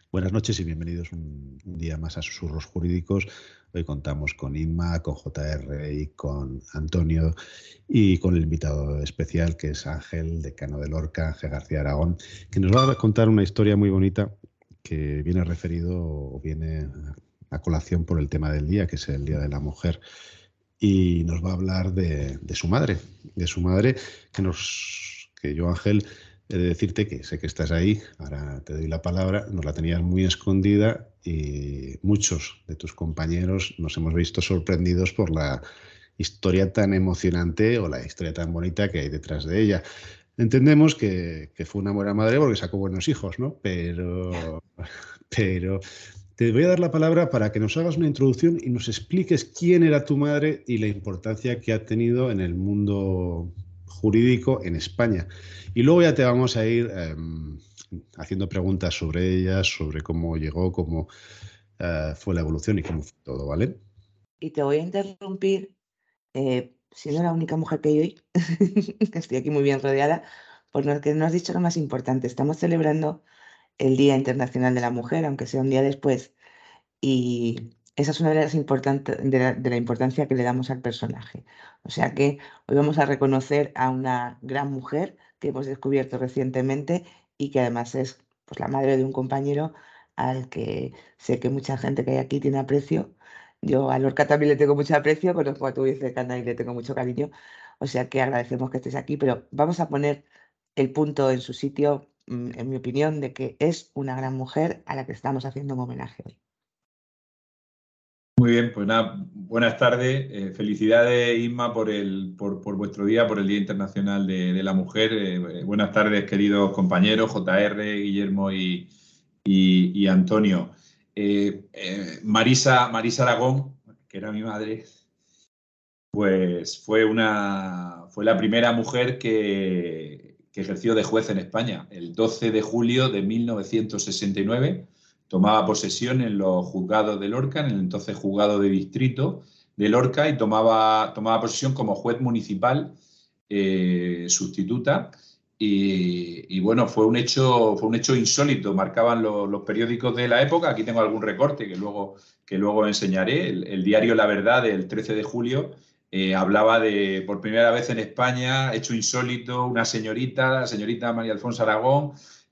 Buenas noches y bienvenidos un día más a Susurros Jurídicos. Hoy contamos con Inma, con JR y con Antonio y con el invitado especial que es Ángel, decano de Lorca, Ángel García Aragón, que nos va a contar una historia muy bonita que viene referido o viene a colación por el tema del día, que es el Día de la Mujer. Y nos va a hablar de su madre, que yo, Ángel, he de decirte que sé que estás ahí, ahora te doy la palabra, nos la tenías muy escondida y muchos de tus compañeros nos hemos visto sorprendidos por la historia tan emocionante o la historia tan bonita que hay detrás de ella. Entendemos que fue una buena madre porque sacó buenos hijos, ¿no? Pero te voy a dar la palabra para que nos hagas una introducción y nos expliques quién era tu madre y la importancia que ha tenido en el mundo jurídico en España. Y luego ya te vamos a ir haciendo preguntas sobre ella, sobre cómo llegó, cómo fue la evolución y cómo fue todo, ¿vale? Y te voy a interrumpir, siendo la única mujer que hay hoy, que estoy aquí muy bien rodeada, por lo que no has dicho lo más importante. Estamos celebrando el Día Internacional de la Mujer, aunque sea un día después, y esa es una de las de la importancia que le damos al personaje. O sea que hoy vamos a reconocer a una gran mujer que hemos descubierto recientemente y que además es, pues, la madre de un compañero al que sé que mucha gente que hay aquí tiene aprecio. Yo a Lorca también le tengo mucho aprecio, conozco a tu vicecana y le tengo mucho cariño. O sea que agradecemos que estés aquí, pero vamos a poner el punto en su sitio, en mi opinión, de que es una gran mujer a la que estamos haciendo un homenaje hoy. Muy bien, pues nada, buenas tardes. Felicidades, Isma, por vuestro día, por el Día Internacional de la Mujer. Buenas tardes, queridos compañeros, JR, Guillermo y Antonio. Marisa Aragón, que era mi madre, pues fue la primera mujer que ejerció de juez en España. El 12 de julio de 1969 tomaba posesión en los juzgados de Lorca, en el entonces juzgado de distrito de Lorca, y tomaba posesión como juez municipal sustituta. Y bueno, fue un hecho insólito. Marcaban los periódicos de la época. Aquí tengo algún recorte que luego enseñaré. El diario La Verdad del 13 de julio hablaba de, por primera vez en España, hecho insólito, una señorita, la señorita María Alfonso Aragón,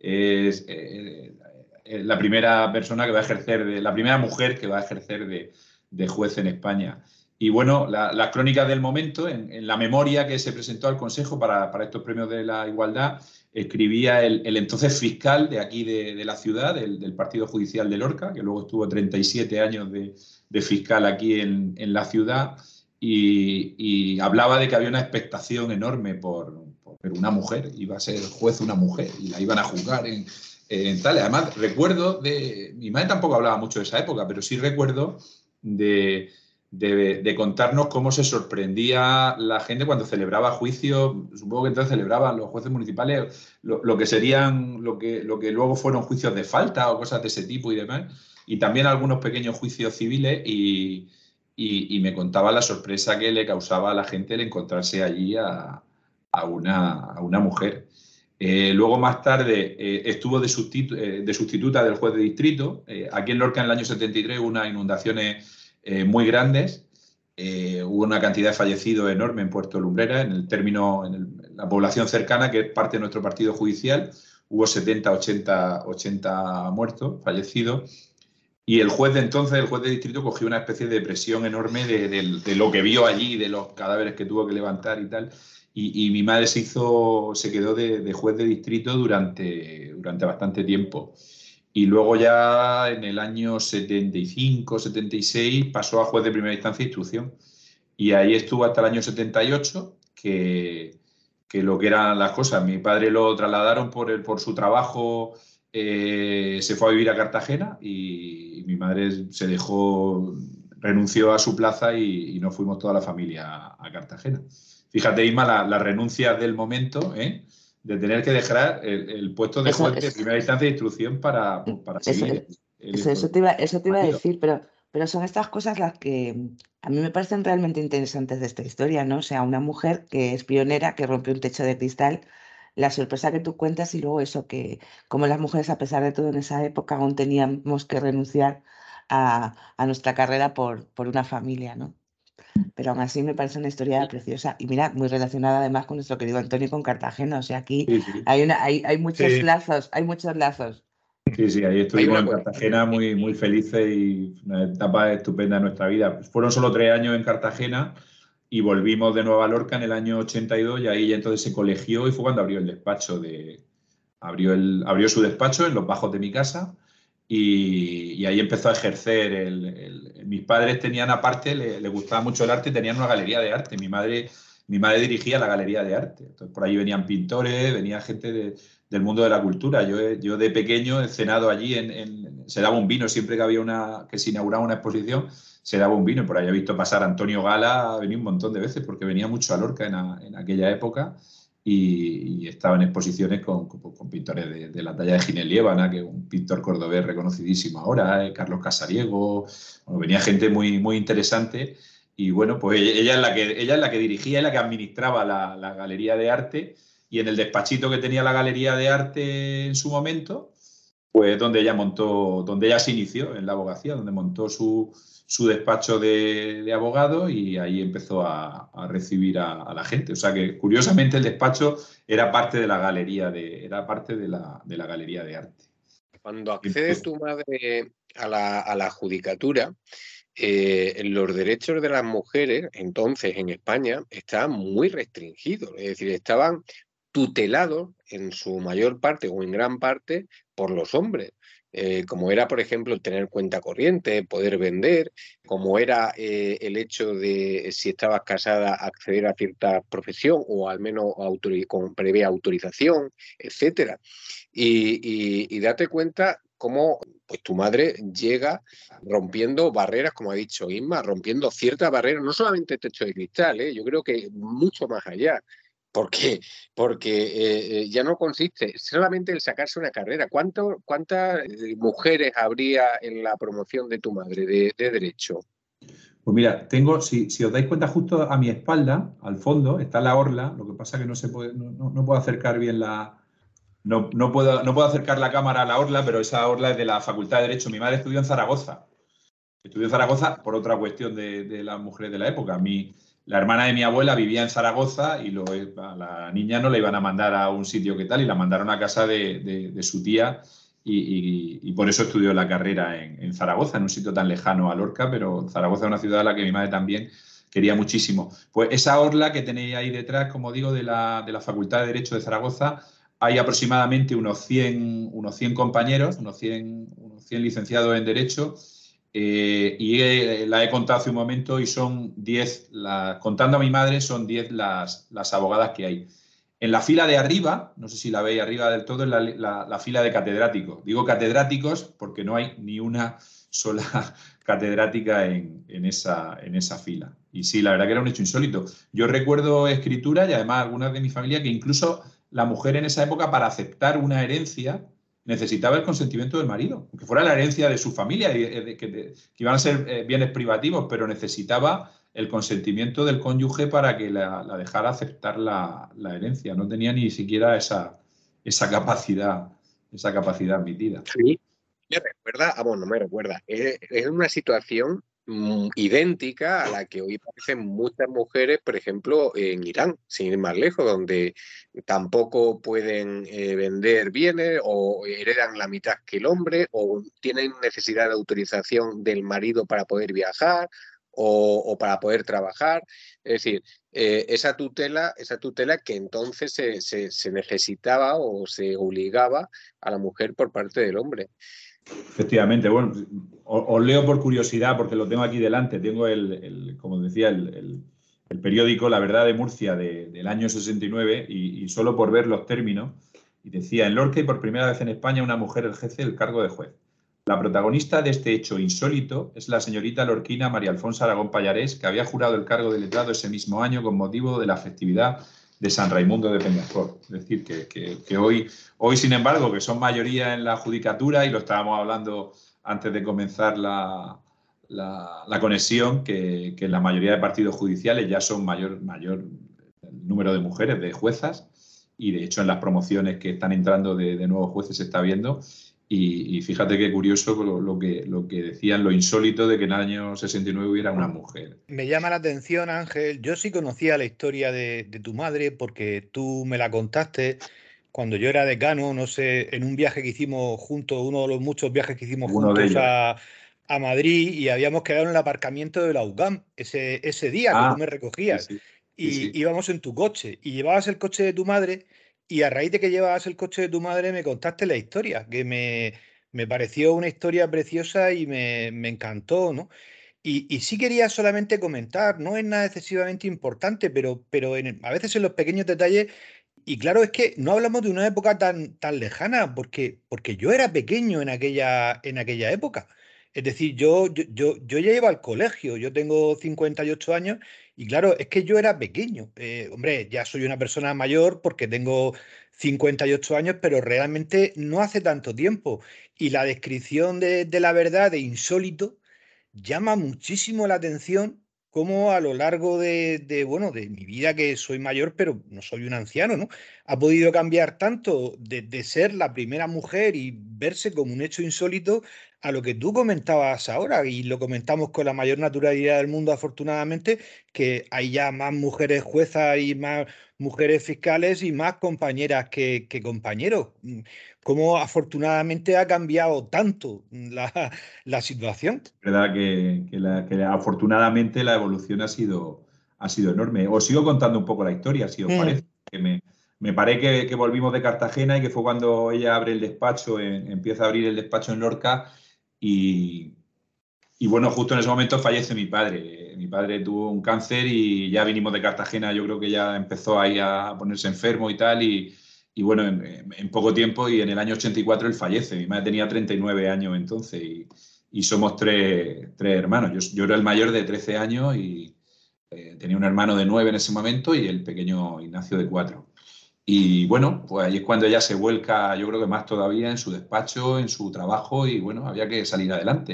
la primera persona que va a ejercer, la primera mujer que va a ejercer de juez en España. Y bueno, las crónicas del momento, en la memoria que se presentó al Consejo para estos premios de la igualdad, escribía el entonces fiscal de aquí de la ciudad, del Partido Judicial de Lorca, que luego estuvo 37 años de fiscal aquí en la ciudad, y hablaba de que había una expectación enorme por una mujer, iba a ser juez una mujer y la iban a juzgar en tal. Además, recuerdo mi madre tampoco hablaba mucho de esa época, pero sí recuerdo de contarnos cómo se sorprendía la gente cuando celebraba juicios. Supongo que entonces celebraban los jueces municipales lo que serían, lo que luego fueron juicios de falta o cosas de ese tipo y demás, y también algunos pequeños juicios civiles, y me contaba la sorpresa que le causaba a la gente el encontrarse allí a una mujer. Luego, más tarde, estuvo de sustituta del juez de distrito. Aquí en Lorca, en el año 73, hubo unas inundaciones muy grandes. Hubo una cantidad de fallecidos enorme en Puerto Lumbrera, en la población cercana, que es parte de nuestro partido judicial. Hubo 70, 80 muertos, fallecidos. Y el juez de entonces, el juez de distrito, cogió una especie de presión enorme de lo que vio allí, de los cadáveres que tuvo que levantar y tal. Y mi madre se quedó de juez de distrito durante bastante tiempo. Y luego ya en el año 75, 76 pasó a juez de primera instancia e instrucción. Y ahí estuvo hasta el año 78, que lo que eran las cosas. Mi padre lo trasladaron por su trabajo, se fue a vivir a Cartagena, y mi madre renunció a su plaza, y nos fuimos toda la familia a Cartagena. Fíjate, Isma, las renuncias del momento, de tener que dejar el puesto de juez de primera instancia de instrucción para Eso, seguir eso te iba a decir, pero son estas cosas las que a mí me parecen realmente interesantes de esta historia, ¿no? O sea, una mujer que es pionera, que rompe un techo de cristal la sorpresa que tú cuentas y luego eso, que como las mujeres, a pesar de todo, en esa época aún teníamos que renunciar a nuestra carrera por una familia, ¿no? Pero aún así me parece una historia preciosa y mira, muy relacionada además con nuestro querido Antonio y con Cartagena. O sea, aquí Sí, sí. hay muchos Sí. lazos, hay muchos lazos. Sí, sí, ahí Hay estuvimos una en cuestión. Cartagena muy felices y una etapa estupenda de nuestra vida. Fueron solo 3 años en Cartagena y volvimos de nuevo a Lorca en el año 82 y ahí ya entonces se colegió y fue cuando abrió el despacho abrió su despacho en los bajos de mi casa y ahí empezó a ejercer. Mis padres tenían aparte, le gustaba mucho el arte, tenían una galería de arte. Mi madre dirigía la galería de arte. Entonces, por ahí venían pintores, venía gente del mundo de la cultura. Yo de pequeño he cenado allí, se daba un vino siempre que había que se inauguraba una exposición, se daba un vino. Y por ahí he visto pasar a Antonio Gala, venía un montón de veces porque venía mucho a Lorca en aquella época. Y estaba en exposiciones con pintores de la talla de Ginés Liébana, que es un pintor cordobés reconocidísimo ahora, Carlos Casariego. Bueno, venía gente muy interesante y bueno, pues ella es la que dirigía y la que administraba la galería de arte, y en el despachito que tenía la galería de arte en su momento, pues donde ella se inició en la abogacía, donde montó su despacho de abogado y ahí empezó a recibir a la gente. O sea que, curiosamente, el despacho era parte de la galería era parte de la galería de arte. Cuando accede tu madre a la judicatura, los derechos de las mujeres, entonces en España, estaban muy restringidos. Es decir, estaban tutelados en su mayor parte o en gran parte por los hombres. Como era, por ejemplo, tener cuenta corriente, poder vender, como era el hecho de, si estabas casada, acceder a cierta profesión o al menos con previa autorización, etcétera. Y date cuenta cómo pues, tu madre llega rompiendo barreras, como ha dicho Inma, rompiendo ciertas barreras, no solamente techo de cristal, yo creo que mucho más allá. Porque ya no consiste solamente en sacarse una carrera. ¿Cuántas mujeres habría en la promoción de tu madre de derecho? Pues mira, si os dais cuenta, justo a mi espalda, al fondo, está la orla. Lo que pasa es que no puedo acercar bien no puedo acercar la cámara a la orla, pero esa orla es de la Facultad de Derecho. Mi madre estudió en Zaragoza. Estudió en Zaragoza por otra cuestión de las mujeres de la época. La hermana de mi abuela vivía en Zaragoza y a la niña no la iban a mandar a un sitio que tal, y la mandaron a casa de su tía y por eso estudió la carrera en Zaragoza, en un sitio tan lejano a Lorca, pero Zaragoza es una ciudad a la que mi madre también quería muchísimo. Pues esa orla que tenéis ahí detrás, como digo, de la Facultad de Derecho de Zaragoza, hay aproximadamente unos 100 compañeros, unos 100 licenciados en Derecho. La he contado hace un momento y son 10, contando a mi madre, son 10 las abogadas que hay. En la fila de arriba, no sé si la veis arriba del todo, es la fila de catedráticos. Digo catedráticos porque no hay ni una sola catedrática en esa fila. Y sí, la verdad que era un hecho insólito. Yo recuerdo escritura y además algunas de mi familia que incluso la mujer en esa época, para aceptar una herencia, necesitaba el consentimiento del marido, aunque fuera la herencia de su familia, que iban a ser bienes privativos, pero necesitaba el consentimiento del cónyuge para que la dejara aceptar la herencia. No tenía ni siquiera esa capacidad admitida. Sí, me recuerda, no me recuerda, es una situación idéntica a la que hoy parecen muchas mujeres, por ejemplo, en Irán, sin ir más lejos, donde tampoco pueden vender bienes o heredan la mitad que el hombre o tienen necesidad de autorización del marido para poder viajar o para poder trabajar. Es decir, esa tutela que entonces se necesitaba o se obligaba a la mujer por parte del hombre. Efectivamente, bueno, os leo por curiosidad porque lo tengo aquí delante. Tengo como decía, el periódico La Verdad de Murcia del año 69 y solo por ver los términos. Y decía: en Lorca y por primera vez en España una mujer ejerce el cargo de juez. La protagonista de este hecho insólito es la señorita lorquina María Alfonso Aragón Pallarés, que había jurado el cargo de letrado ese mismo año con motivo de la festividad de San Raimundo de Peñaflor. Es decir, que hoy, sin embargo, que son mayoría en la judicatura, y lo estábamos hablando antes de comenzar la conexión, que en la mayoría de partidos judiciales ya son mayor número de mujeres, de juezas, y de hecho en las promociones que están entrando de nuevos jueces se está viendo. Y fíjate qué curioso lo que decían, lo insólito de que en el año 69 hubiera una mujer. Me llama la atención, Ángel. Yo sí conocía la historia de tu madre porque tú me la contaste cuando yo era decano, no sé, en un viaje que hicimos juntos, uno de los muchos viajes que hicimos Uno de juntos ellos. a Madrid, y habíamos quedado en el aparcamiento de la UCAM ese día que tú me Sí, recogías, sí, sí, y sí. íbamos en tu coche y llevabas el coche de tu madre, y a raíz de que llevabas el coche de tu madre me contaste la historia, que me pareció una historia preciosa y me encantó, ¿no? Y sí quería solamente comentar, no es nada excesivamente importante, pero a veces en los pequeños detalles, y claro, es que no hablamos de una época tan lejana, porque yo era pequeño en aquella época. Es decir, yo ya iba al colegio, yo tengo 58 años, y claro, es que yo era pequeño. Hombre, ya soy una persona mayor porque tengo 58 años, pero realmente no hace tanto tiempo. Y la descripción de la verdad, de insólito, llama muchísimo la atención cómo a lo largo bueno, de mi vida, que soy mayor, pero no soy un anciano, ¿no? Ha podido cambiar tanto de ser la primera mujer y verse como un hecho insólito a lo que tú comentabas ahora, y lo comentamos con la mayor naturalidad del mundo, afortunadamente, que hay ya más mujeres juezas y más mujeres fiscales y más compañeras que compañeros. Cómo afortunadamente ha cambiado tanto la situación. Verdad que afortunadamente la evolución ha sido enorme. Os sigo contando un poco la historia, si os parece. Que me parece que volvimos de Cartagena y que fue cuando ella abre el despacho, empieza a abrir el despacho en Lorca y bueno, justo en ese momento fallece mi padre. Mi padre tuvo un cáncer y ya vinimos de Cartagena, yo creo que ya empezó ahí a ponerse enfermo y tal y bueno, en poco tiempo y en el año 84 él fallece. Mi madre tenía 39 años entonces y somos tres hermanos. Yo era el mayor de 13 años y tenía un hermano de 9 en ese momento y el pequeño Ignacio de 4. Y bueno, pues ahí es cuando ella se vuelca, yo creo que más todavía en su despacho, en su trabajo y bueno, había que salir adelante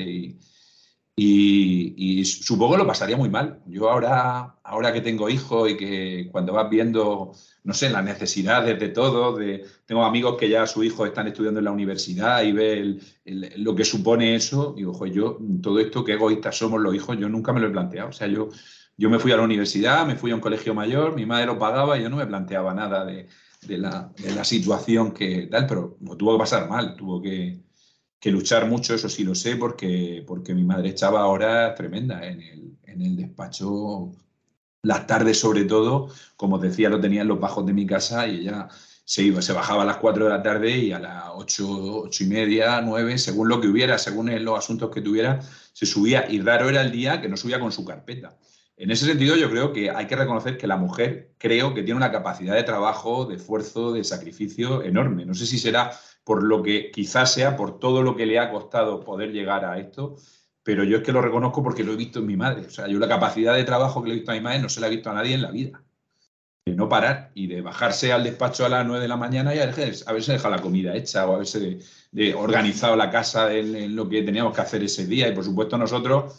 y supongo que lo pasaría muy mal. Yo ahora que tengo hijos y que cuando vas viendo, no sé, las necesidades de todo, tengo amigos que ya sus hijos están estudiando en la universidad y ve lo que supone eso, digo, ojo, yo, todo esto, qué egoístas somos los hijos, yo nunca me lo he planteado. O sea, yo me fui a la universidad, me fui a un colegio mayor, mi madre lo pagaba y yo no me planteaba nada de la situación que tal, pero lo tuvo que pasar mal, tuvo que luchar mucho, eso sí lo sé, porque mi madre echaba horas tremendas en el despacho, las tardes sobre todo, como os decía, lo tenía en los bajos de mi casa y ella se bajaba a las 4 de la tarde y a las 8 y media, 9, según lo que hubiera, según los asuntos que tuviera, se subía y raro era el día que no subía con su carpeta. En ese sentido, yo creo que hay que reconocer que la mujer, creo que tiene una capacidad de trabajo, de esfuerzo, de sacrificio enorme. No sé si será por lo que quizás sea por todo lo que le ha costado poder llegar a esto, pero yo es que lo reconozco porque lo he visto en mi madre. O sea, yo la capacidad de trabajo que le he visto a mi madre no se la he visto a nadie en la vida. De no parar y de bajarse al despacho a las 9 de la mañana y haberse dejado la comida hecha o haberse organizado la casa en lo que teníamos que hacer ese día. Y por supuesto nosotros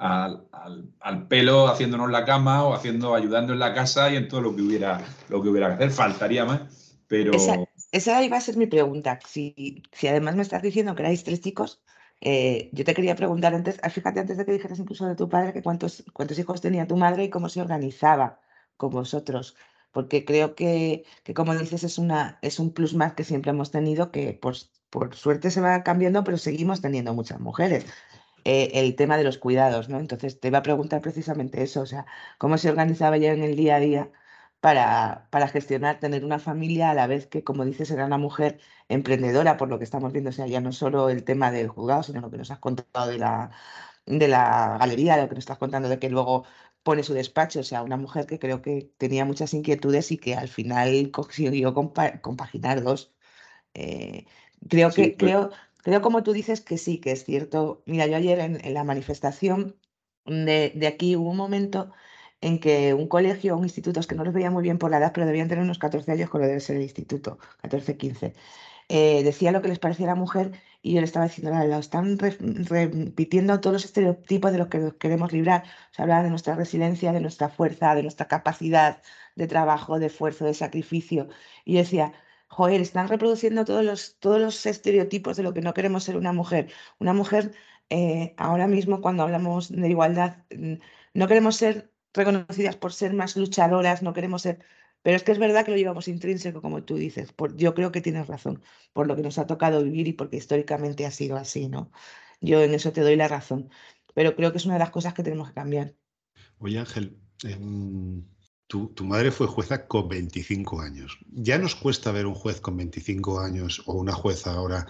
al pelo haciéndonos la cama o ayudando en la casa y en todo lo que hubiera que hacer. Faltaría más, pero... Esa iba a ser mi pregunta. Si además me estás diciendo que erais 3 chicos, yo te quería preguntar antes, fíjate, antes de que dijeras incluso de tu padre, que cuántos hijos tenía tu madre y cómo se organizaba con vosotros. Porque creo que como dices, es un plus más que siempre hemos tenido, que por suerte se va cambiando, pero seguimos teniendo muchas mujeres. El tema de los cuidados, ¿no? Entonces te iba a preguntar precisamente eso, o sea, cómo se organizaba ya en el día a día para gestionar, tener una familia a la vez que, como dices, era una mujer emprendedora, por lo que estamos viendo, o sea, ya no solo el tema del juzgado, sino lo que nos has contado de la galería, lo que nos estás contando de que luego pone su despacho, o sea, una mujer que creo que tenía muchas inquietudes y que al final consiguió compaginar dos. Eh, creo Sí, que, creo como tú dices que sí, que es cierto. Mira, yo ayer en la manifestación de aquí hubo un momento en que un colegio, un instituto, es que no los veía muy bien por la edad, pero debían tener unos 14 años, con lo debe ser el instituto, 14, 15, decía lo que les parecía a la mujer y yo le estaba diciendo, lo están repitiendo todos los estereotipos de los que nos queremos librar. Se hablaba de nuestra resiliencia, de nuestra fuerza, de nuestra capacidad de trabajo, de esfuerzo, de sacrificio. Y yo decía, joder, están reproduciendo todos los estereotipos de lo que no queremos ser una mujer. Una mujer, ahora mismo cuando hablamos de igualdad, no queremos ser reconocidas por ser más luchadoras, no queremos ser... Pero es que es verdad que lo llevamos intrínseco, como tú dices. Yo creo que tienes razón, por lo que nos ha tocado vivir y porque históricamente ha sido así, ¿no? Yo en eso te doy la razón. Pero creo que es una de las cosas que tenemos que cambiar. Oye, Ángel, tu madre fue jueza con 25 años. Ya nos cuesta ver un juez con 25 años o una jueza ahora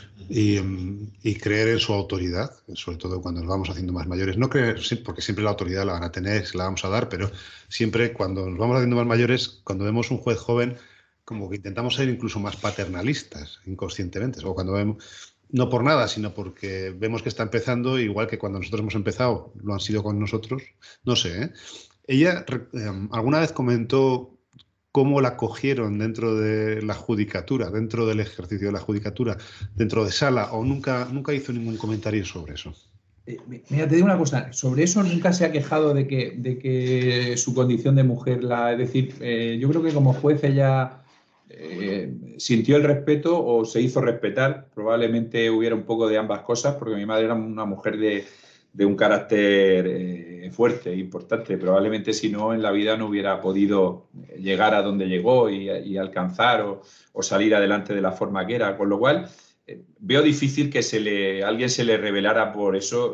y creer en su autoridad, sobre todo cuando nos vamos haciendo más mayores. No creer, porque siempre la autoridad la van a tener, se la vamos a dar, pero siempre cuando nos vamos haciendo más mayores, cuando vemos un juez joven, como que intentamos ser incluso más paternalistas, inconscientemente. O cuando vemos, no por nada, sino porque vemos que está empezando, igual que cuando nosotros hemos empezado, lo han sido con nosotros. No sé, ¿eh? Ella alguna vez comentó cómo la cogieron dentro de la judicatura, dentro del ejercicio de la judicatura, dentro de sala, o nunca hizo ningún comentario sobre eso. Mira, te digo una cosa, sobre eso nunca se ha quejado de que su condición de mujer, es decir, yo creo que como juez ella sintió el respeto o se hizo respetar, probablemente hubiera un poco de ambas cosas, porque mi madre era una mujer de un carácter fuerte, importante. Probablemente si no, en la vida no hubiera podido llegar a donde llegó y alcanzar o salir adelante de la forma que era. Con lo cual, veo difícil que alguien se le revelara por eso,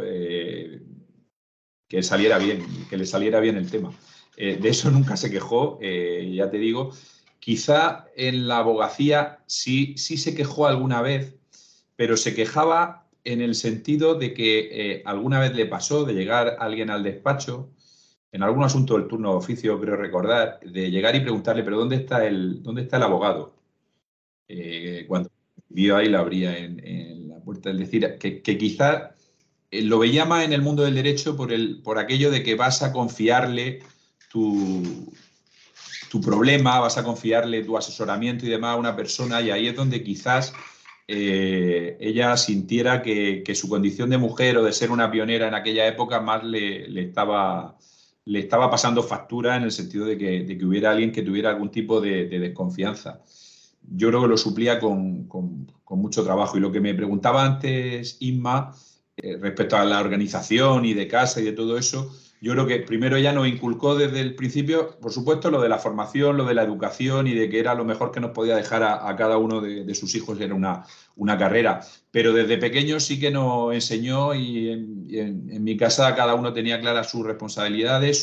que saliera bien, que le saliera bien el tema. De eso nunca se quejó, ya te digo. Quizá en la abogacía sí se quejó alguna vez, pero se quejaba en el sentido de que alguna vez le pasó de llegar alguien al despacho, en algún asunto del turno de oficio, creo recordar, de llegar y preguntarle, pero ¿dónde está el abogado? Cuando vio ahí la abría en la puerta. Es decir, que quizás lo veía más en el mundo del derecho por aquello de que vas a confiarle tu problema, vas a confiarle tu asesoramiento y demás a una persona, y ahí es donde quizás ella sintiera que su condición de mujer o de ser una pionera en aquella época más le estaba pasando factura, en el sentido de que hubiera alguien que tuviera algún tipo de desconfianza. Yo creo que lo suplía con mucho trabajo. Y lo que me preguntaba antes Inma, respecto a la organización y de casa y de todo eso, yo creo que primero ella nos inculcó desde el principio, por supuesto, lo de la formación, lo de la educación y de que era lo mejor que nos podía dejar a cada uno de sus hijos, era una carrera. Pero desde pequeño sí que nos enseñó, y en mi casa cada uno tenía claras sus responsabilidades,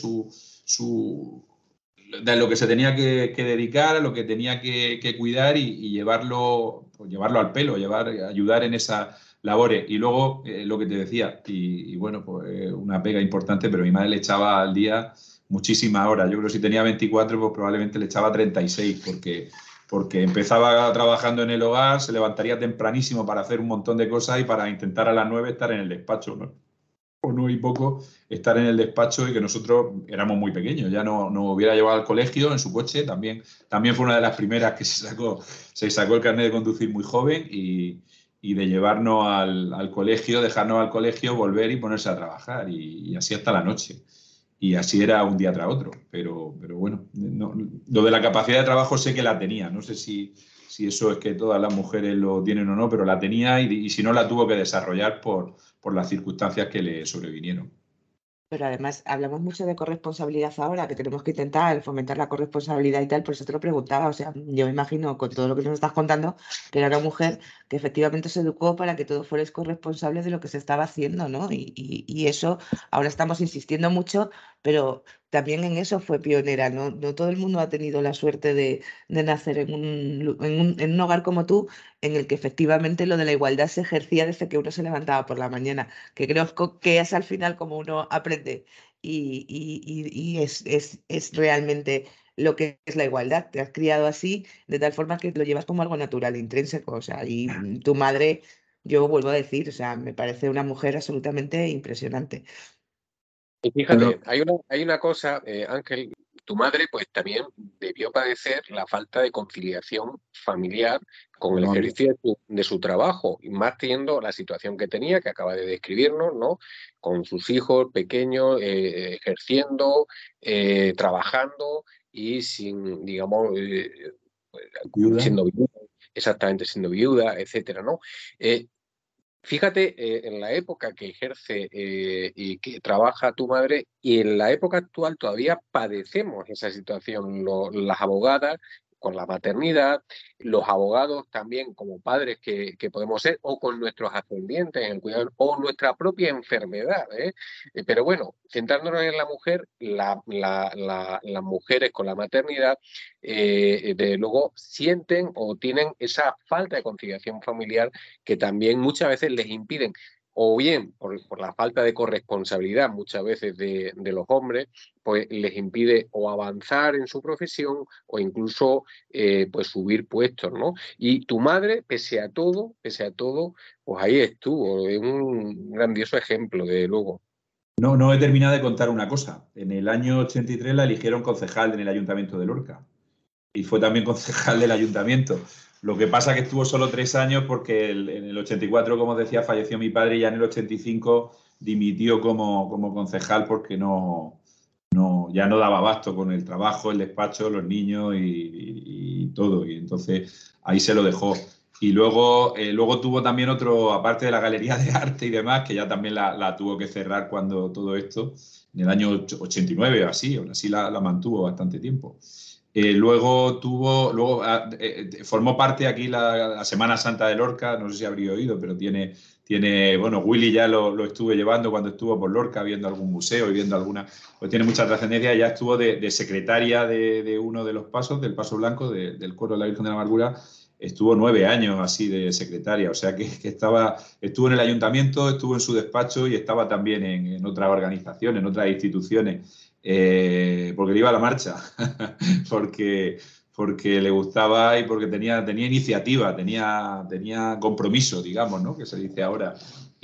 de lo que se tenía que dedicar, a lo que tenía que cuidar y llevarlo al pelo, ayudar en esa labores. Y luego, lo que te decía, y bueno, pues una pega importante, pero mi madre le echaba al día muchísimas horas. Yo creo que si tenía 24, pues probablemente le echaba 36, porque empezaba trabajando en el hogar, se levantaría tempranísimo para hacer un montón de cosas y para intentar a las 9 estar en el despacho, ¿no? O no y poco estar en el despacho, y que nosotros éramos muy pequeños, ya no hubiera llevado al colegio en su coche. También fue una de las primeras que se sacó el carnet de conducir muy joven, y de llevarnos al colegio, dejarnos al colegio, volver y ponerse a trabajar, y así hasta la noche. Y así era un día tras otro. Pero bueno, lo de la capacidad de trabajo sé que la tenía. No sé si eso es que todas las mujeres lo tienen o no, pero la tenía, y si no, la tuvo que desarrollar por las circunstancias que le sobrevinieron. Pero además hablamos mucho de corresponsabilidad ahora, que tenemos que intentar fomentar la corresponsabilidad y tal, por eso te lo preguntaba. O sea, yo me imagino, con todo lo que nos estás contando, que era una mujer que efectivamente se educó para que todos fuerais corresponsables de lo que se estaba haciendo, ¿no? Y eso, ahora estamos insistiendo mucho, pero también en eso fue pionera, ¿no? No todo el mundo ha tenido la suerte de nacer en un hogar como tú, en el que efectivamente lo de la igualdad se ejercía desde que uno se levantaba por la mañana, que creo que es al final como uno aprende, y es realmente lo que es la igualdad. Te has criado así, de tal forma que lo llevas como algo natural, intrínseco. O sea, y tu madre, yo vuelvo a decir, o sea, me parece una mujer absolutamente impresionante. Y fíjate, hay una cosa, Ángel, tu madre pues también debió padecer la falta de conciliación familiar con el ejercicio de su trabajo, y más teniendo la situación que tenía, que acaba de describirnos, ¿no? Con sus hijos pequeños, ejerciendo, trabajando y sin, digamos, siendo viuda, exactamente, siendo viuda, etcétera, ¿no? Fíjate, en la época que ejerce y que trabaja tu madre, y en la época actual todavía padecemos esa situación, las abogadas con la maternidad, los abogados también como padres que podemos ser, o con nuestros ascendientes en el cuidado, o nuestra propia enfermedad, ¿eh? Pero bueno, centrándonos en la mujer, las mujeres con la maternidad, desde luego sienten o tienen esa falta de conciliación familiar que también muchas veces les impiden, o bien por la falta de corresponsabilidad muchas veces de los hombres, pues les impide o avanzar en su profesión o incluso pues subir puestos, ¿no? Y tu madre, pese a todo, pues ahí estuvo, es un grandioso ejemplo, de luego. No he terminado de contar una cosa. En el año 83 la eligieron concejal en el Ayuntamiento de Lorca. Y fue también concejal del ayuntamiento. Lo que pasa es que estuvo solo 3 años porque en el 84, como os decía, falleció mi padre, y ya en el 85 dimitió como concejal porque ya no daba abasto con el trabajo, el despacho, los niños y todo. Y entonces ahí se lo dejó. Y luego tuvo también otro, aparte de la Galería de Arte y demás, que ya también la tuvo que cerrar cuando todo esto, en el año 89 o así, aún así la mantuvo bastante tiempo. Formó parte aquí la Semana Santa de Lorca, no sé si habría oído, pero tiene bueno, Willy ya lo estuve llevando cuando estuvo por Lorca, viendo algún museo y viendo alguna, pues tiene mucha trascendencia. Ya estuvo de secretaria de uno de los pasos, del Paso Blanco, del coro de la Virgen de la Amargura, estuvo 9 años así de secretaria, o sea que estuvo en el ayuntamiento, estuvo en su despacho y estaba también en otras organizaciones, en otras instituciones. Porque le iba a la marcha, porque le gustaba y porque tenía iniciativa, tenía compromiso, digamos, ¿no? Que se dice ahora.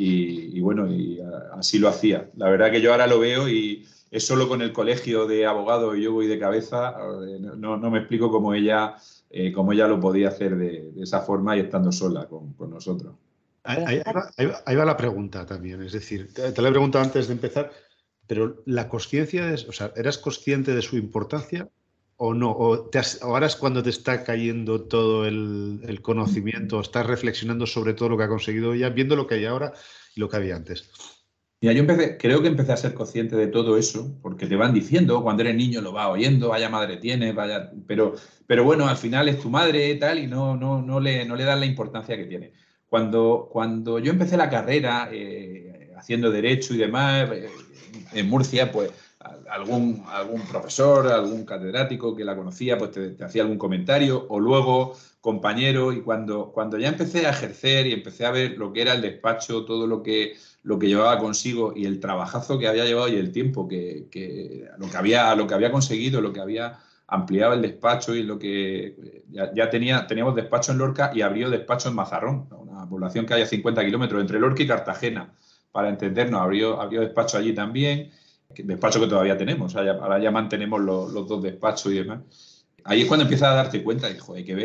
Y bueno, así lo hacía. La verdad que yo ahora lo veo y es solo con el colegio de abogados y yo voy de cabeza. No me explico cómo ella lo podía hacer de esa forma y estando sola con nosotros. Ahí va la pregunta también. Es decir, te la he preguntado antes de empezar. Pero la conciencia es, o sea, ¿eras consciente de su importancia o no? ¿O ahora es cuando te está cayendo todo el conocimiento, estás reflexionando sobre todo lo que ha conseguido ella, viendo lo que hay ahora y lo que había antes? Mira, creo que empecé a ser consciente de todo eso, porque te van diciendo, cuando eres niño lo vas oyendo, vaya madre tienes, vaya, pero bueno, al final es tu madre tal y no le das la importancia que tiene. Cuando yo empecé la carrera haciendo derecho y demás, en Murcia, pues algún profesor, algún catedrático que la conocía, pues te hacía algún comentario, o luego compañero, y cuando ya empecé a ejercer y empecé a ver lo que era el despacho, todo lo que llevaba consigo y el trabajazo que había llevado y el tiempo lo que había conseguido, lo que había ampliado el despacho y lo que teníamos despacho en Lorca y abrió despacho en Mazarrón, una población que hay a 50 kilómetros entre Lorca y Cartagena, para entendernos, abrió despacho allí también, despacho que todavía tenemos, ahora ya mantenemos los 2 despachos y demás. Ahí es cuando empiezas a darte cuenta de que hay que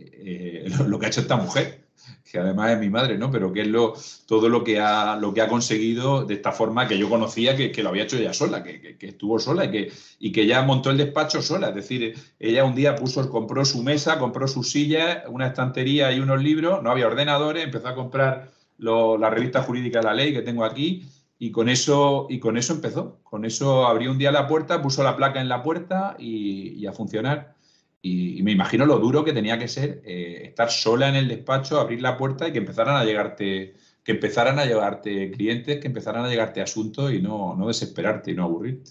ver lo que ha hecho esta mujer, que además es mi madre, ¿no? Pero que es todo lo que ha conseguido de esta forma, que yo conocía que lo había hecho ella sola, que estuvo sola y que ya montó el despacho sola. Es decir, ella un día compró su mesa, compró sus sillas, una estantería y unos libros, no había ordenadores, empezó a comprar la revista jurídica de la ley que tengo aquí. Y con eso empezó. Con eso abrió un día la puerta, puso la placa en la puerta y a funcionar. Y me imagino lo duro que tenía que ser estar sola en el despacho, abrir la puerta y que empezaran a llegarte clientes, que empezaran a llegarte asuntos y no desesperarte y no aburrirte.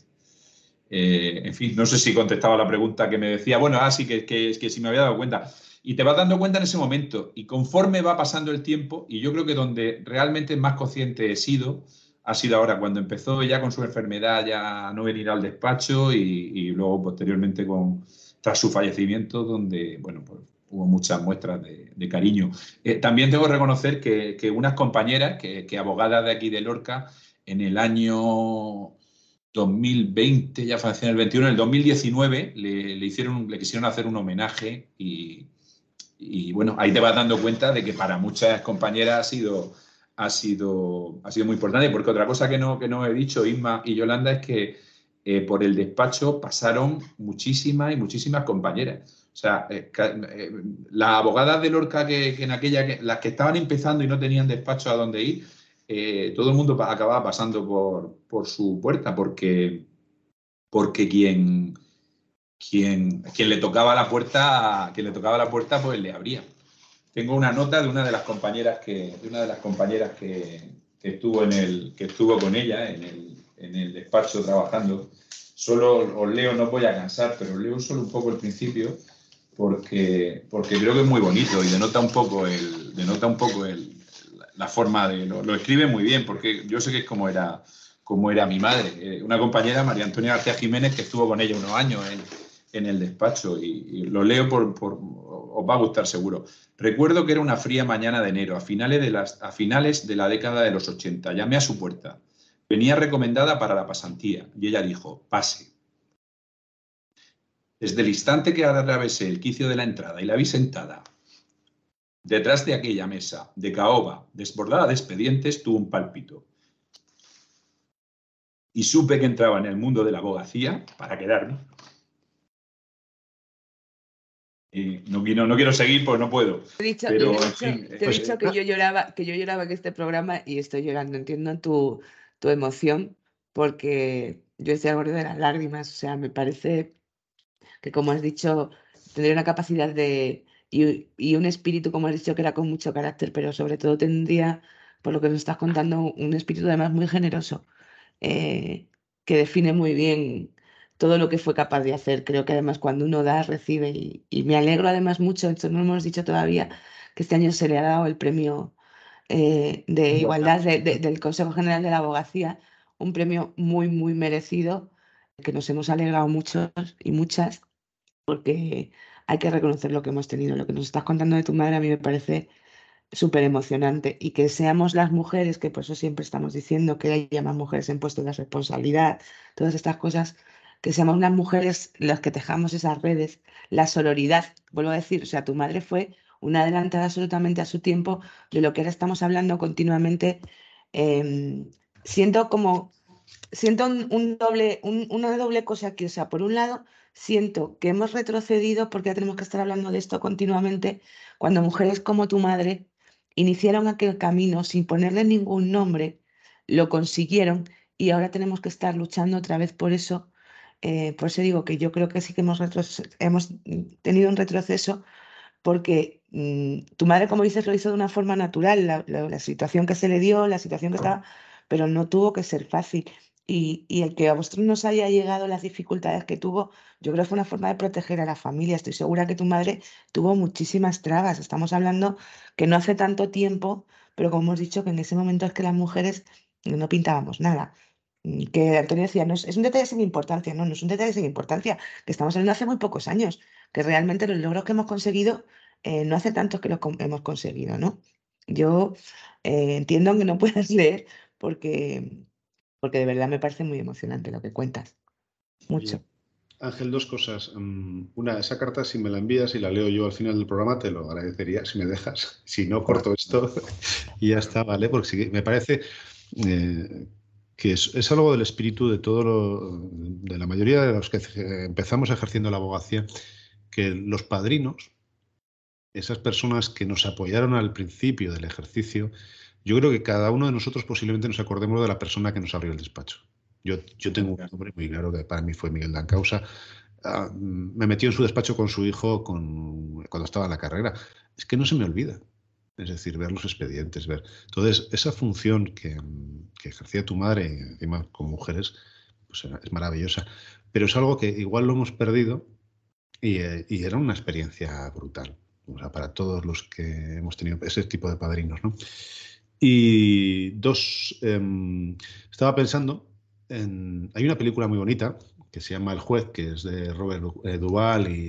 En fin, no sé si contestaba la pregunta que me decía. Bueno, sí, que si me había dado cuenta. Y te vas dando cuenta en ese momento. Y conforme va pasando el tiempo, y yo creo que donde realmente más consciente he sido, ha sido ahora, cuando empezó ya con su enfermedad ya a no venir al despacho y luego posteriormente tras su fallecimiento, donde, bueno, pues hubo muchas muestras de cariño. También tengo que reconocer que unas compañeras, que abogadas de aquí de Lorca, en el año 2020, ya falleció en el 21, en el 2019 le quisieron hacer un homenaje y bueno, ahí te vas dando cuenta de que para muchas compañeras ha sido muy importante, porque otra cosa que no he dicho, Isma y Yolanda, es que por el despacho pasaron muchísimas compañeras. O sea, las abogadas de Lorca que en aquella, las que estaban empezando y no tenían despacho a dónde ir, todo el mundo acababa pasando por su puerta, porque quien le tocaba la puerta, pues le abría. Tengo una nota de una de las compañeras que estuvo con ella en el despacho trabajando. Solo os leo, no os voy a cansar, pero os leo solo un poco el principio porque creo que es muy bonito y denota un poco la forma de lo escribe muy bien, porque yo sé que es como era mi madre, una compañera, María Antonia García Jiménez, que estuvo con ella unos años en el despacho, y lo leo os va a gustar seguro. Recuerdo que era una fría mañana de enero, a finales de la década de los 80. Llamé a su puerta. Venía recomendada para la pasantía y ella dijo: pase. Desde el instante que atravesé el quicio de la entrada y la vi sentada detrás de aquella mesa de caoba desbordada de expedientes, tuve un pálpito. Y supe que entraba en el mundo de la abogacía para quedarme. No quiero seguir porque no puedo. Te he dicho que yo lloraba en este programa y estoy llorando. Entiendo tu emoción, porque yo estoy al borde de las lágrimas. O sea, me parece que, como has dicho, tendría una capacidad y un espíritu, como has dicho, que era con mucho carácter, pero sobre todo tendría, por lo que nos estás contando, un espíritu además muy generoso, que define muy bien todo lo que fue capaz de hacer. Creo que además cuando uno da, recibe, y me alegro además mucho, esto no lo hemos dicho todavía, que este año se le ha dado el premio de igualdad del Consejo General de la Abogacía, un premio muy, muy merecido, que nos hemos alegrado muchos y muchas, porque hay que reconocer lo que hemos tenido. Lo que nos estás contando de tu madre a mí me parece súper emocionante, y que seamos las mujeres, que por eso siempre estamos diciendo que haya más mujeres en puestos de responsabilidad, todas estas cosas, que seamos las mujeres las que tejamos esas redes, la sororidad, vuelvo a decir, o sea, tu madre fue una adelantada absolutamente a su tiempo de lo que ahora estamos hablando continuamente. Siento una doble cosa aquí. O sea, por un lado, siento que hemos retrocedido porque ya tenemos que estar hablando de esto continuamente, cuando mujeres como tu madre iniciaron aquel camino sin ponerle ningún nombre, lo consiguieron, y ahora tenemos que estar luchando otra vez por eso. Por eso digo que yo creo que sí que hemos tenido un retroceso, porque tu madre, como dices, lo hizo de una forma natural, la situación que se le dio, la situación que estaba, pero no tuvo que ser fácil. Y el que a vosotros nos haya llegado las dificultades que tuvo, yo creo que fue una forma de proteger a la familia. Estoy segura que tu madre tuvo muchísimas trabas. Estamos hablando que no hace tanto tiempo, pero como hemos dicho, que en ese momento es que las mujeres no pintábamos nada. Que Antonio decía, no es un detalle sin importancia. No es un detalle sin importancia, que estamos hablando hace muy pocos años, que realmente los logros que hemos conseguido, no hace tanto que los hemos conseguido, ¿no? Yo entiendo que no puedas leer, porque de verdad me parece muy emocionante lo que cuentas. Mucho. Ángel, dos cosas. Una, esa carta, si me la envías y la leo yo al final del programa, te lo agradecería, si me dejas. Si no, corto esto y ya está, ¿vale? Porque sí, me parece que es algo del espíritu de de la mayoría de los que empezamos ejerciendo la abogacía, que los padrinos, esas personas que nos apoyaron al principio del ejercicio, yo creo que cada uno de nosotros posiblemente nos acordemos de la persona que nos abrió el despacho. Yo tengo un nombre muy claro que para mí fue Miguel Dancausa. Me metió en su despacho con su hijo cuando estaba en la carrera. Es que no se me olvida. Es decir, ver los expedientes, ver. Entonces, esa función que ejercía tu madre, encima con mujeres, pues es maravillosa. Pero es algo que igual lo hemos perdido y era una experiencia brutal. O sea, para todos los que hemos tenido ese tipo de padrinos, ¿no? Y dos, estaba pensando hay una película muy bonita que se llama El juez, que es de Robert Duvall y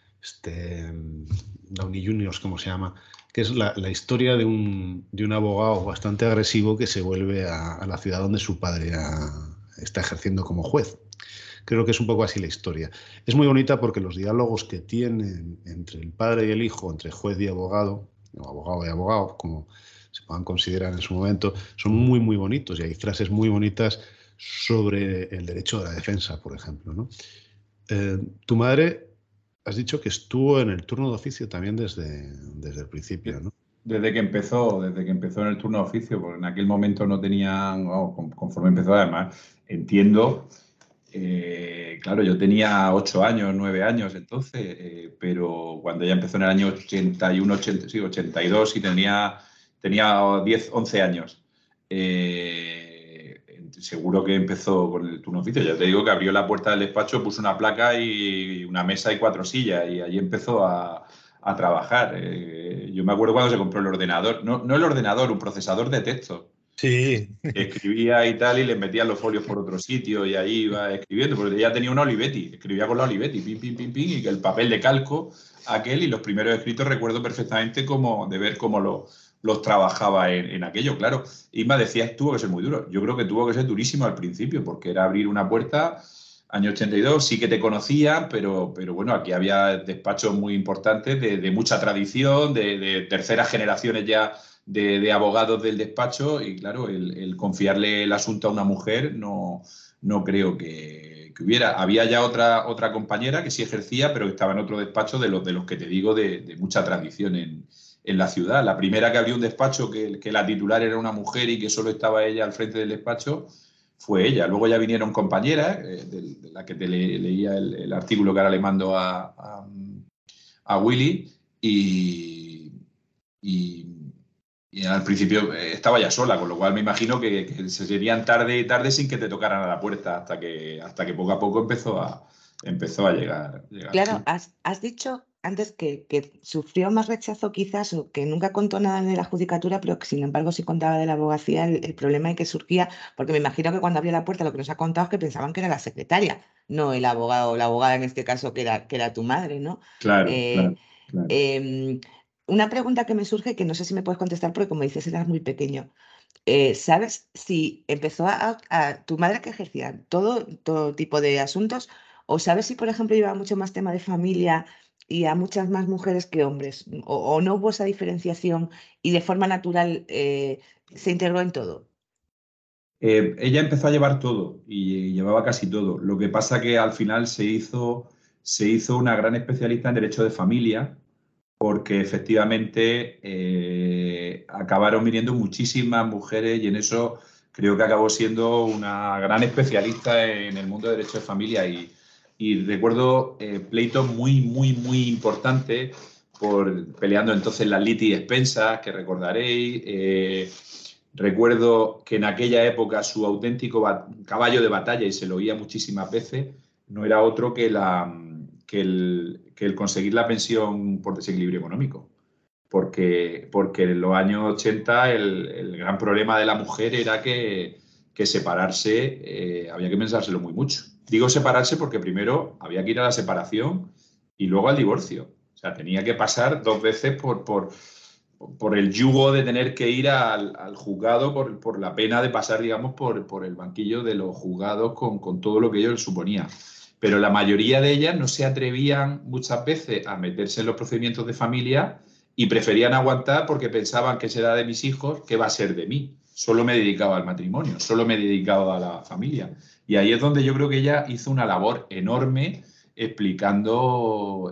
Downey Jr., ¿cómo se llama? Que es la historia de un abogado bastante agresivo que se vuelve a la ciudad donde su padre está ejerciendo como juez. Creo que es un poco así la historia. Es muy bonita porque los diálogos que tienen entre el padre y el hijo, entre juez y abogado, o abogado y abogado, como se puedan considerar en su momento, son muy, muy bonitos y hay frases muy bonitas sobre el derecho de la defensa, por ejemplo, ¿no? Tu madre, has dicho que estuvo en el turno de oficio también desde el principio, ¿no? Desde que empezó en el turno de oficio, porque en aquel momento no tenían, conforme empezó además, entiendo, claro, yo tenía 8 años, 9 años entonces, pero cuando ella empezó en el año 81, 82 y tenía 10, 11 años. Seguro que empezó con el turno de oficio. Ya te digo que abrió la puerta del despacho, puso una placa y una mesa y 4 sillas y allí empezó a trabajar. Yo me acuerdo cuando se compró el ordenador, no el ordenador, un procesador de texto. Sí. Escribía y tal y le metían los folios por otro sitio y ahí iba escribiendo, porque ella tenía una Olivetti, escribía con la Olivetti, pim, pim, pim, pim, y que el papel de calco aquel y los primeros escritos recuerdo perfectamente de ver cómo los trabajaba en aquello, claro. Isma decía, tuvo que ser muy duro. Yo creo que tuvo que ser durísimo al principio, porque era abrir una puerta, año 82, sí que te conocían, pero bueno, aquí había despachos muy importantes de mucha tradición, de terceras generaciones ya de abogados del despacho y claro, el confiarle el asunto a una mujer no creo que hubiera. Había ya otra compañera que sí ejercía, pero que estaba en otro despacho de los que te digo de mucha tradición en la ciudad. La primera que abrió un despacho que la titular era una mujer y que solo estaba ella al frente del despacho fue ella. Luego ya vinieron compañeras, de la que te leía el artículo que ahora le mando a Willy y al principio estaba ya sola, con lo cual me imagino que se serían tarde y tarde sin que te tocaran a la puerta hasta que poco a poco empezó a llegar. Claro, has dicho antes que sufrió más rechazo quizás o que nunca contó nada de la judicatura, pero que sin embargo sí contaba de la abogacía el problema que surgía, porque me imagino que cuando abrió la puerta lo que nos ha contado es que pensaban que era la secretaria, no el abogado o la abogada en este caso que era tu madre, ¿no? Claro, Eh, claro. em, una pregunta que me surge que no sé si me puedes contestar porque como dices eras muy pequeño. ¿Sabes si empezó tu madre que ejercía todo tipo de asuntos o sabes si, por ejemplo, llevaba mucho más tema de familia y a muchas más mujeres que hombres o no hubo esa diferenciación y de forma natural se integró en todo? Ella empezó a llevar todo y llevaba casi todo. Lo que pasa que al final se hizo una gran especialista en derecho de familia porque efectivamente acabaron viniendo muchísimas mujeres y en eso creo que acabó siendo una gran especialista en el mundo de derecho de familia y recuerdo pleitos muy, muy, muy importantes peleando entonces las litis expensas, que recordaréis. Recuerdo que en aquella época su auténtico caballo de batalla, y se lo oía muchísimas veces, no era otro que el conseguir la pensión por desequilibrio económico. Porque en los años 80 el gran problema de la mujer era que separarse había que pensárselo muy mucho. Digo separarse porque primero había que ir a la separación y luego al divorcio. O sea, tenía que pasar 2 veces por el yugo de tener que ir al juzgado, por la pena de pasar, digamos, por el banquillo de los juzgados con todo lo que ello suponía. Pero la mayoría de ellas no se atrevían muchas veces a meterse en los procedimientos de familia y preferían aguantar porque pensaban que será de mis hijos, ¿qué va a ser de mí? Solo me dedicaba al matrimonio, solo me dedicaba a la familia. Y ahí es donde yo creo que ella hizo una labor enorme explicando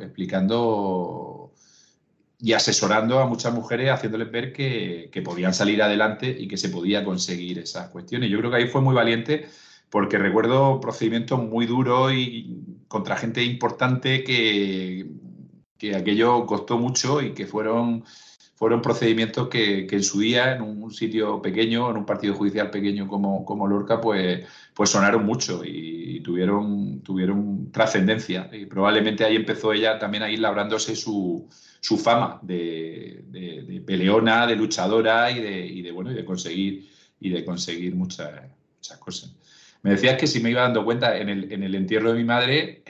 y asesorando a muchas mujeres, haciéndoles ver que podían salir adelante y que se podía conseguir esas cuestiones. Yo creo que ahí fue muy valiente porque recuerdo procedimientos muy duros y contra gente importante que aquello costó mucho y que fueron procedimientos que en su día, en un sitio pequeño, en un partido judicial pequeño como Lorca, pues sonaron mucho y tuvieron trascendencia. Y probablemente ahí empezó ella también a ir labrándose su fama de peleona, de luchadora y de conseguir muchas cosas. Me decías que si me iba dando cuenta en el entierro de mi madre,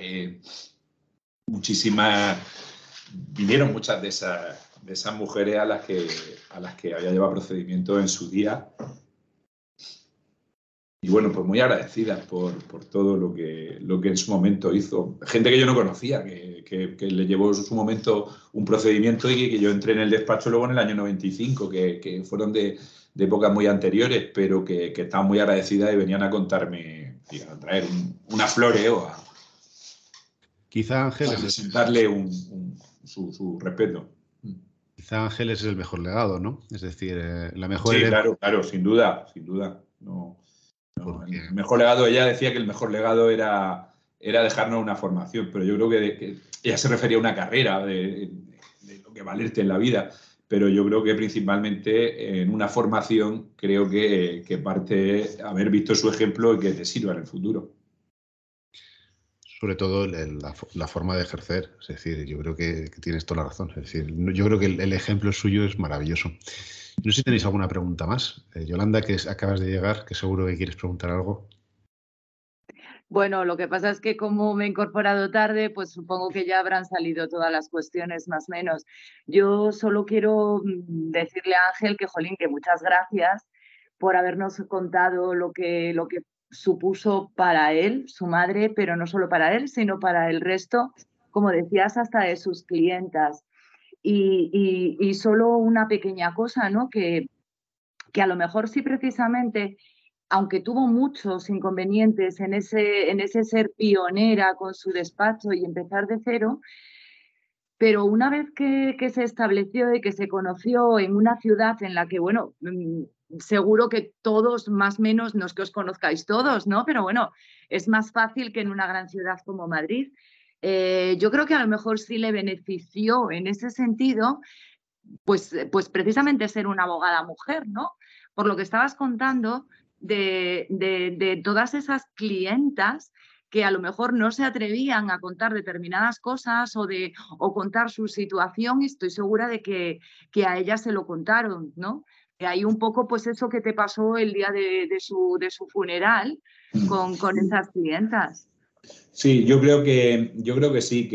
vinieron muchas de esas mujeres a las que había llevado procedimiento en su día bueno, pues muy agradecidas por todo lo que en su momento hizo. Gente que yo no conocía, que le llevó en su momento un procedimiento y que yo entré en el despacho luego en el año 95, que fueron de épocas muy anteriores, pero que estaban muy agradecidas y venían a contarme, y a traer unas flores o a Quizá Ángeles presentarle su respeto. Quizá Ángeles es el mejor legado, ¿no? Es decir, la mejor Sí, herencia. claro, sin duda. No, Porque el mejor legado, ella decía que el mejor legado era dejarnos una formación, pero yo creo que ella se refería a una carrera de lo que valerte en la vida, pero yo creo que principalmente en una formación creo que parte haber visto su ejemplo y que te sirva en el futuro. sobre todo la forma de ejercer. Es decir, yo creo que tienes toda la razón. Es decir, yo creo que el ejemplo suyo es maravilloso. No sé si tenéis alguna pregunta más. Yolanda, que acabas de llegar, que seguro que quieres preguntar algo. Bueno, lo que pasa es que como me he incorporado tarde, pues supongo que ya habrán salido todas las cuestiones más o menos. Yo solo quiero decirle a Ángel que, jolín, que muchas gracias por habernos contado lo que supuso para él, su madre, pero no solo para él, sino para el resto, como decías, hasta de sus clientas. Y solo una pequeña cosa, ¿no? Que a lo mejor sí precisamente, aunque tuvo muchos inconvenientes en ese ser pionera con su despacho y empezar de cero, pero una vez que se estableció y que se conoció en una ciudad en la que, bueno, seguro que todos más o menos, no es que os conozcáis todos, ¿no? Pero bueno, es más fácil que en una gran ciudad como Madrid. Yo creo que a lo mejor sí le benefició en ese sentido, pues precisamente ser una abogada mujer, ¿no? Por lo que estabas contando de todas esas clientas que a lo mejor no se atrevían a contar determinadas cosas o contar su situación, y estoy segura de que a ellas se lo contaron, ¿no? Que hay un poco pues eso que te pasó el día de su funeral con esas clientas. Sí, yo creo que sí,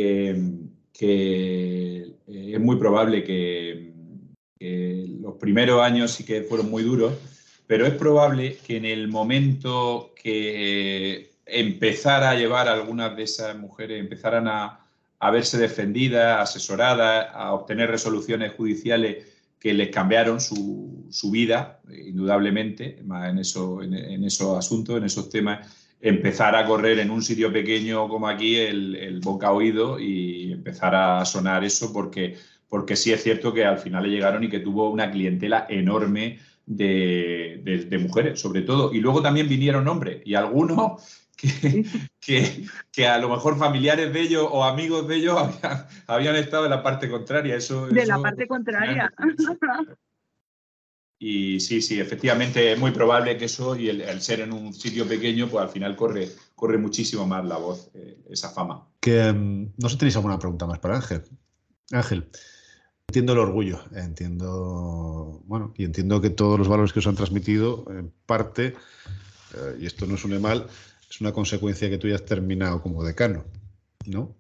que es muy probable que los primeros años sí que fueron muy duros, pero es probable que en el momento que empezara a llevar a algunas de esas mujeres, empezaran a verse defendidas, asesoradas, a obtener resoluciones judiciales que les cambiaron su vida, indudablemente, más en esos asuntos, en esos temas, empezar a correr en un sitio pequeño como aquí el boca a oído y empezar a sonar eso porque sí es cierto que al final le llegaron y que tuvo una clientela enorme de mujeres, sobre todo. Y luego también vinieron hombres y algunos que a lo mejor familiares de ellos o amigos de ellos habían estado en la parte contraria. La parte contraria. Y sí, efectivamente es muy probable que eso y el ser en un sitio pequeño, pues al final corre muchísimo más la voz, esa fama. No sé si tenéis alguna pregunta más para Ángel. Ángel, entiendo el orgullo, y entiendo que todos los valores que os han transmitido, en parte, y esto no suene mal, es una consecuencia que tú ya has terminado como decano, ¿no?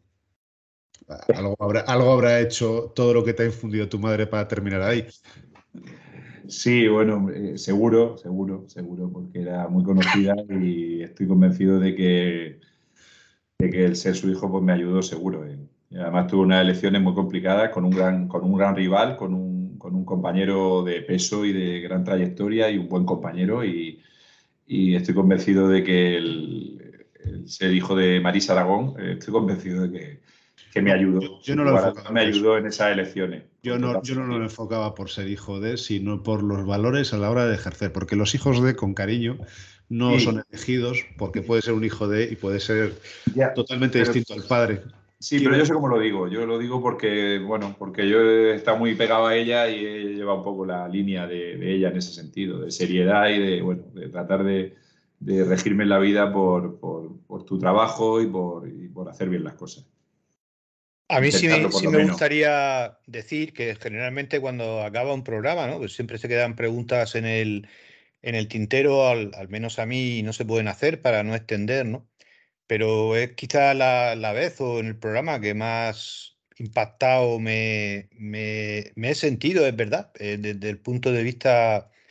Algo habrá hecho todo lo que te ha infundido tu madre para terminar ahí. Sí, bueno, seguro, porque era muy conocida y estoy convencido de que el ser su hijo pues me ayudó seguro. Y además tuve unas elecciones muy complicadas con un gran rival, con un compañero de peso y de gran trayectoria y un buen compañero y estoy convencido de que el ser hijo de Marisa Aragón, estoy convencido de que me ayudó. Yo no lo enfocaba. Me ayudó en esas elecciones. Yo no lo enfocaba por ser hijo de, sino por los valores a la hora de ejercer, porque los hijos de, con cariño, no son elegidos, porque puede ser un hijo de y puede ser totalmente distinto al padre. Sí, pero yo sé cómo lo digo. Yo lo digo porque yo he estado muy pegado a ella y he llevado un poco la línea de ella en ese sentido, de seriedad y de tratar de regirme en la vida por tu trabajo y por hacer bien las cosas. A mí sí me gustaría decir que generalmente cuando acaba un programa, ¿no? Pues siempre se quedan preguntas en el tintero, al menos a mí no se pueden hacer para no extender, ¿no? Pero es quizá la vez o en el programa que más impactado me he sentido, es verdad, desde el punto de vista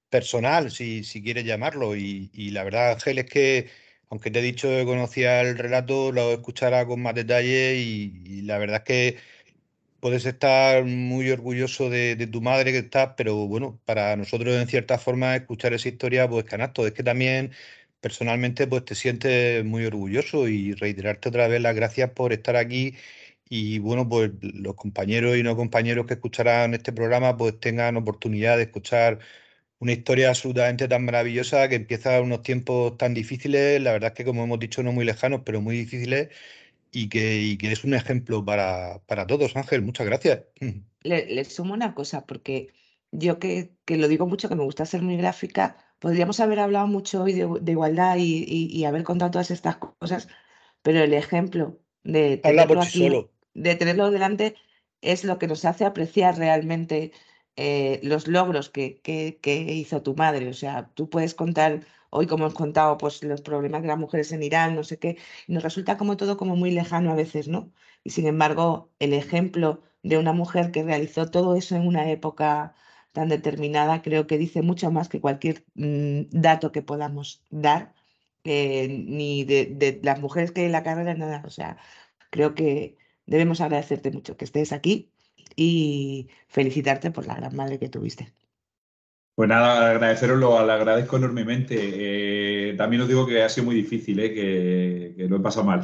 personal, si quieres llamarlo. Y la verdad, Ángel, es que, aunque te he dicho que conocía el relato, lo escuchará con más detalle y la verdad es que puedes estar muy orgulloso de tu madre que estás, pero bueno, para nosotros en cierta forma escuchar esa historia, pues canasto. Es que también personalmente pues te sientes muy orgulloso y reiterarte otra vez las gracias por estar aquí y bueno, pues los compañeros y no compañeros que escucharán este programa pues tengan oportunidad de escuchar una historia absolutamente tan maravillosa que empieza en unos tiempos tan difíciles, la verdad es que como hemos dicho no muy lejanos, pero muy difíciles y que es un ejemplo para todos, Ángel. Muchas gracias. Le sumo una cosa, porque yo que lo digo mucho, que me gusta ser muy gráfica, podríamos haber hablado mucho hoy de igualdad y haber contado todas estas cosas, pero el ejemplo de Habla tenerlo por sí aquí, solo. de tenerlo delante, es lo que nos hace apreciar realmente los logros que hizo tu madre. O sea, tú puedes contar hoy, como hemos contado, pues los problemas de las mujeres en Irán, no sé qué, y nos resulta como todo como muy lejano a veces, ¿no? Y sin embargo, el ejemplo de una mujer que realizó todo eso en una época tan determinada, creo que dice mucho más que cualquier dato que podamos dar, ni de las mujeres que hay en la carrera, nada. O sea, creo que debemos agradecerte mucho que estés aquí y felicitarte por la gran madre que tuviste. Pues nada, agradeceroslo, lo agradezco enormemente. También os digo que ha sido muy difícil, que lo he pasado mal.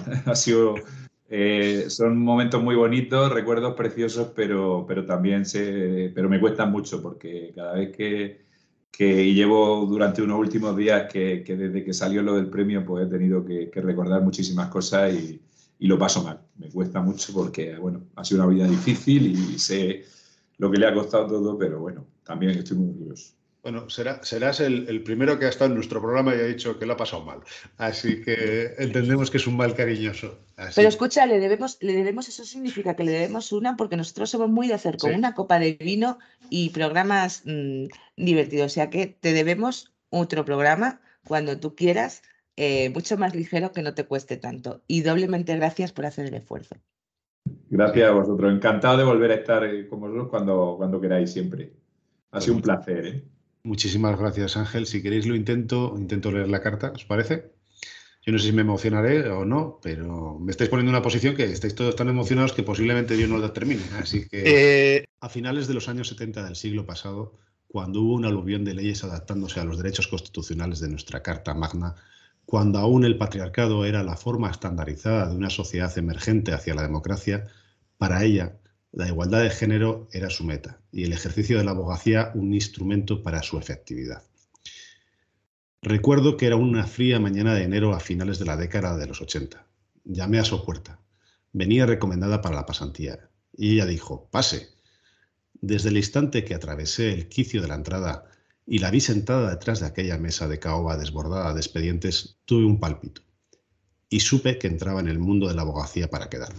Son momentos muy bonitos, recuerdos preciosos, pero también pero me cuestan mucho porque cada vez y llevo durante unos últimos días que desde que salió lo del premio, pues he tenido que recordar muchísimas cosas y lo paso mal. Me cuesta mucho porque, bueno, ha sido una vida difícil y sé lo que le ha costado todo, pero bueno, también estoy muy orgulloso. Bueno, serás el primero que ha estado en nuestro programa y ha dicho que lo ha pasado mal. Así que entendemos que es un mal cariñoso. Pero escucha, le debemos, eso significa que le debemos una, porque nosotros somos muy de hacer con una copa de vino y programas divertidos. O sea que te debemos otro programa cuando tú quieras, mucho más ligero, que no te cueste tanto. Y doblemente gracias por hacer el esfuerzo. Gracias a vosotros. Encantado de volver a estar con vosotros cuando queráis siempre. Ha sido un placer, ¿eh? Muchísimas gracias, Ángel. Si queréis lo intento leer la carta, ¿os parece? Yo no sé si me emocionaré o no, pero me estáis poniendo en una posición que estáis todos tan emocionados que posiblemente yo no la termine. Así que a finales de los años 70 del siglo pasado, cuando hubo un aluvión de leyes adaptándose a los derechos constitucionales de nuestra Carta Magna, cuando aún el patriarcado era la forma estandarizada de una sociedad emergente hacia la democracia, para ella la igualdad de género era su meta y el ejercicio de la abogacía un instrumento para su efectividad. Recuerdo que era una fría mañana de enero a finales de la década de los 80. Llamé a su puerta. Venía recomendada para la pasantía y ella dijo: «Pase». Desde el instante que atravesé el quicio de la entrada y la vi sentada detrás de aquella mesa de caoba desbordada de expedientes, tuve un pálpito y supe que entraba en el mundo de la abogacía para quedarme.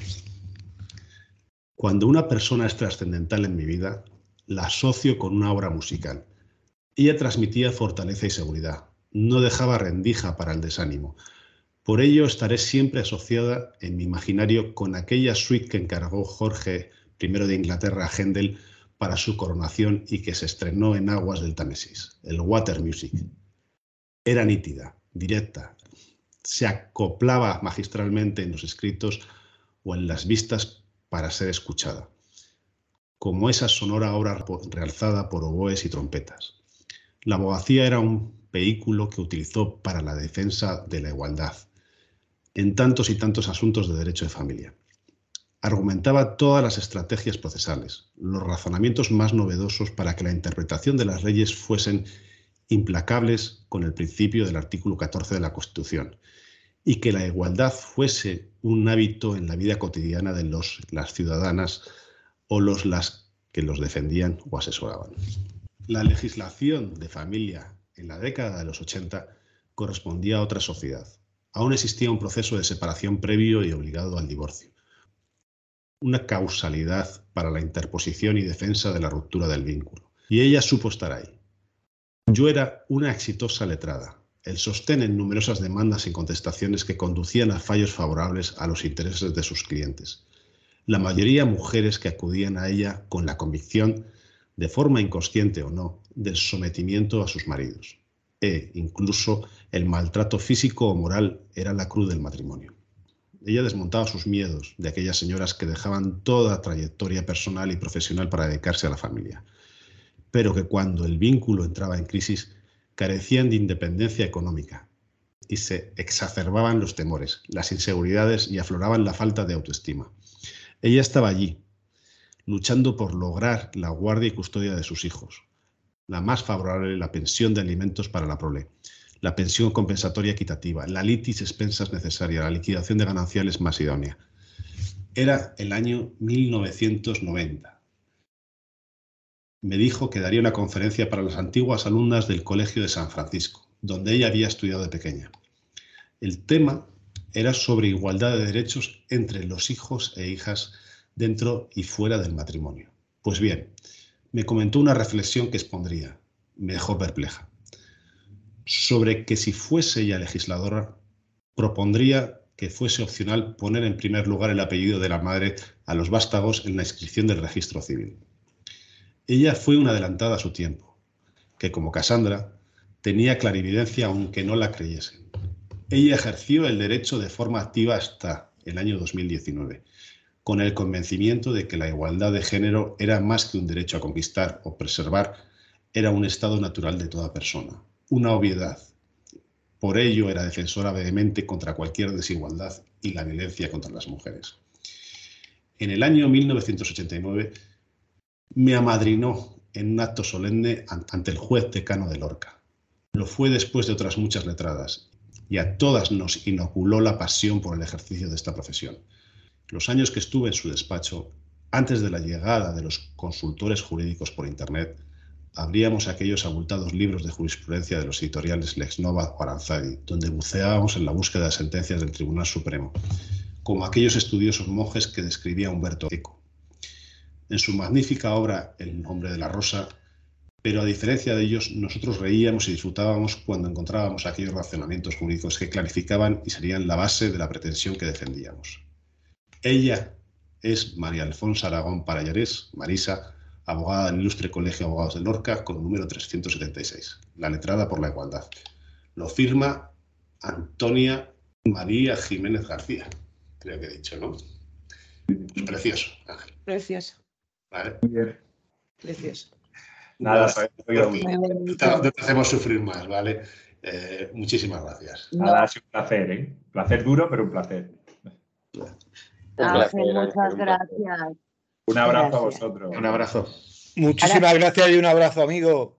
Cuando una persona es trascendental en mi vida, la asocio con una obra musical. Ella transmitía fortaleza y seguridad, no dejaba rendija para el desánimo. Por ello estaré siempre asociada en mi imaginario con aquella suite que encargó Jorge I de Inglaterra a Händel para su coronación y que se estrenó en aguas del Támesis, el Water Music. Era nítida, directa, se acoplaba magistralmente en los escritos o en las vistas para ser escuchada, como esa sonora obra realzada por oboes y trompetas. La abogacía era un vehículo que utilizó para la defensa de la igualdad en tantos y tantos asuntos de derecho de familia. Argumentaba todas las estrategias procesales, los razonamientos más novedosos para que la interpretación de las leyes fuesen implacables con el principio del artículo 14 de la Constitución y que la igualdad fuese un hábito en la vida cotidiana de las ciudadanas o las que los defendían o asesoraban. La legislación de familia en la década de los 80 correspondía a otra sociedad. Aún existía un proceso de separación previo y obligado al divorcio. Una causalidad para la interposición y defensa de la ruptura del vínculo. Y ella supo estar ahí. Yo era una exitosa letrada, el sostén en numerosas demandas y contestaciones que conducían a fallos favorables a los intereses de sus clientes. La mayoría mujeres que acudían a ella con la convicción, de forma inconsciente o no, del sometimiento a sus maridos. E incluso el maltrato físico o moral era la cruz del matrimonio. Ella desmontaba sus miedos de aquellas señoras que dejaban toda trayectoria personal y profesional para dedicarse a la familia, pero que cuando el vínculo entraba en crisis carecían de independencia económica y se exacerbaban los temores, las inseguridades y afloraban la falta de autoestima. Ella estaba allí, luchando por lograr la guardia y custodia de sus hijos, la más favorable, la pensión de alimentos para la prole, la pensión compensatoria equitativa, la litis expensas necesaria, la liquidación de gananciales más idónea. Era el año 1990. Me dijo que daría una conferencia para las antiguas alumnas del Colegio de San Francisco, donde ella había estudiado de pequeña. El tema era sobre igualdad de derechos entre los hijos e hijas dentro y fuera del matrimonio. Pues bien, me comentó una reflexión que expondría, me dejó perpleja, sobre que si fuese ella legisladora, propondría que fuese opcional poner en primer lugar el apellido de la madre a los vástagos en la inscripción del registro civil. Ella fue una adelantada a su tiempo, que como Cassandra tenía clarividencia aunque no la creyesen. Ella ejerció el derecho de forma activa hasta el año 2019, con el convencimiento de que la igualdad de género era más que un derecho a conquistar o preservar, era un estado natural de toda persona, una obviedad. Por ello era defensora vehemente contra cualquier desigualdad y la violencia contra las mujeres. En el año 1989 me amadrinó en un acto solemne ante el juez decano de Lorca. Lo fue después de otras muchas letradas y a todas nos inoculó la pasión por el ejercicio de esta profesión. Los años que estuve en su despacho, antes de la llegada de los consultores jurídicos por Internet, abríamos aquellos abultados libros de jurisprudencia de los editoriales Lexnova o Aranzadi, donde buceábamos en la búsqueda de sentencias del Tribunal Supremo, como aquellos estudiosos monjes que describía Humberto Eco. En su magnífica obra El nombre de la rosa, pero a diferencia de ellos, nosotros reíamos y disfrutábamos cuando encontrábamos aquellos razonamientos jurídicos que clarificaban y serían la base de la pretensión que defendíamos. Ella es María Alfonso Aragón Parallarés, Marisa, abogada del Ilustre Colegio de Abogados de Lorca, con el número 376, la letrada por la igualdad. Lo firma Antonia María Jiménez García, creo que he dicho, ¿no? Precioso, Ángel. Precioso. ¿Vale? Muy bien. Precioso. Nada, Muy no te hacemos sufrir más, ¿vale? Muchísimas gracias. nada, ha sido un placer, ¿eh? Placer duro, pero un placer. Ángel, muchas gracias. Un abrazo a Gracias. vosotros. Un abrazo. Muchísimas gracias y un abrazo, amigo.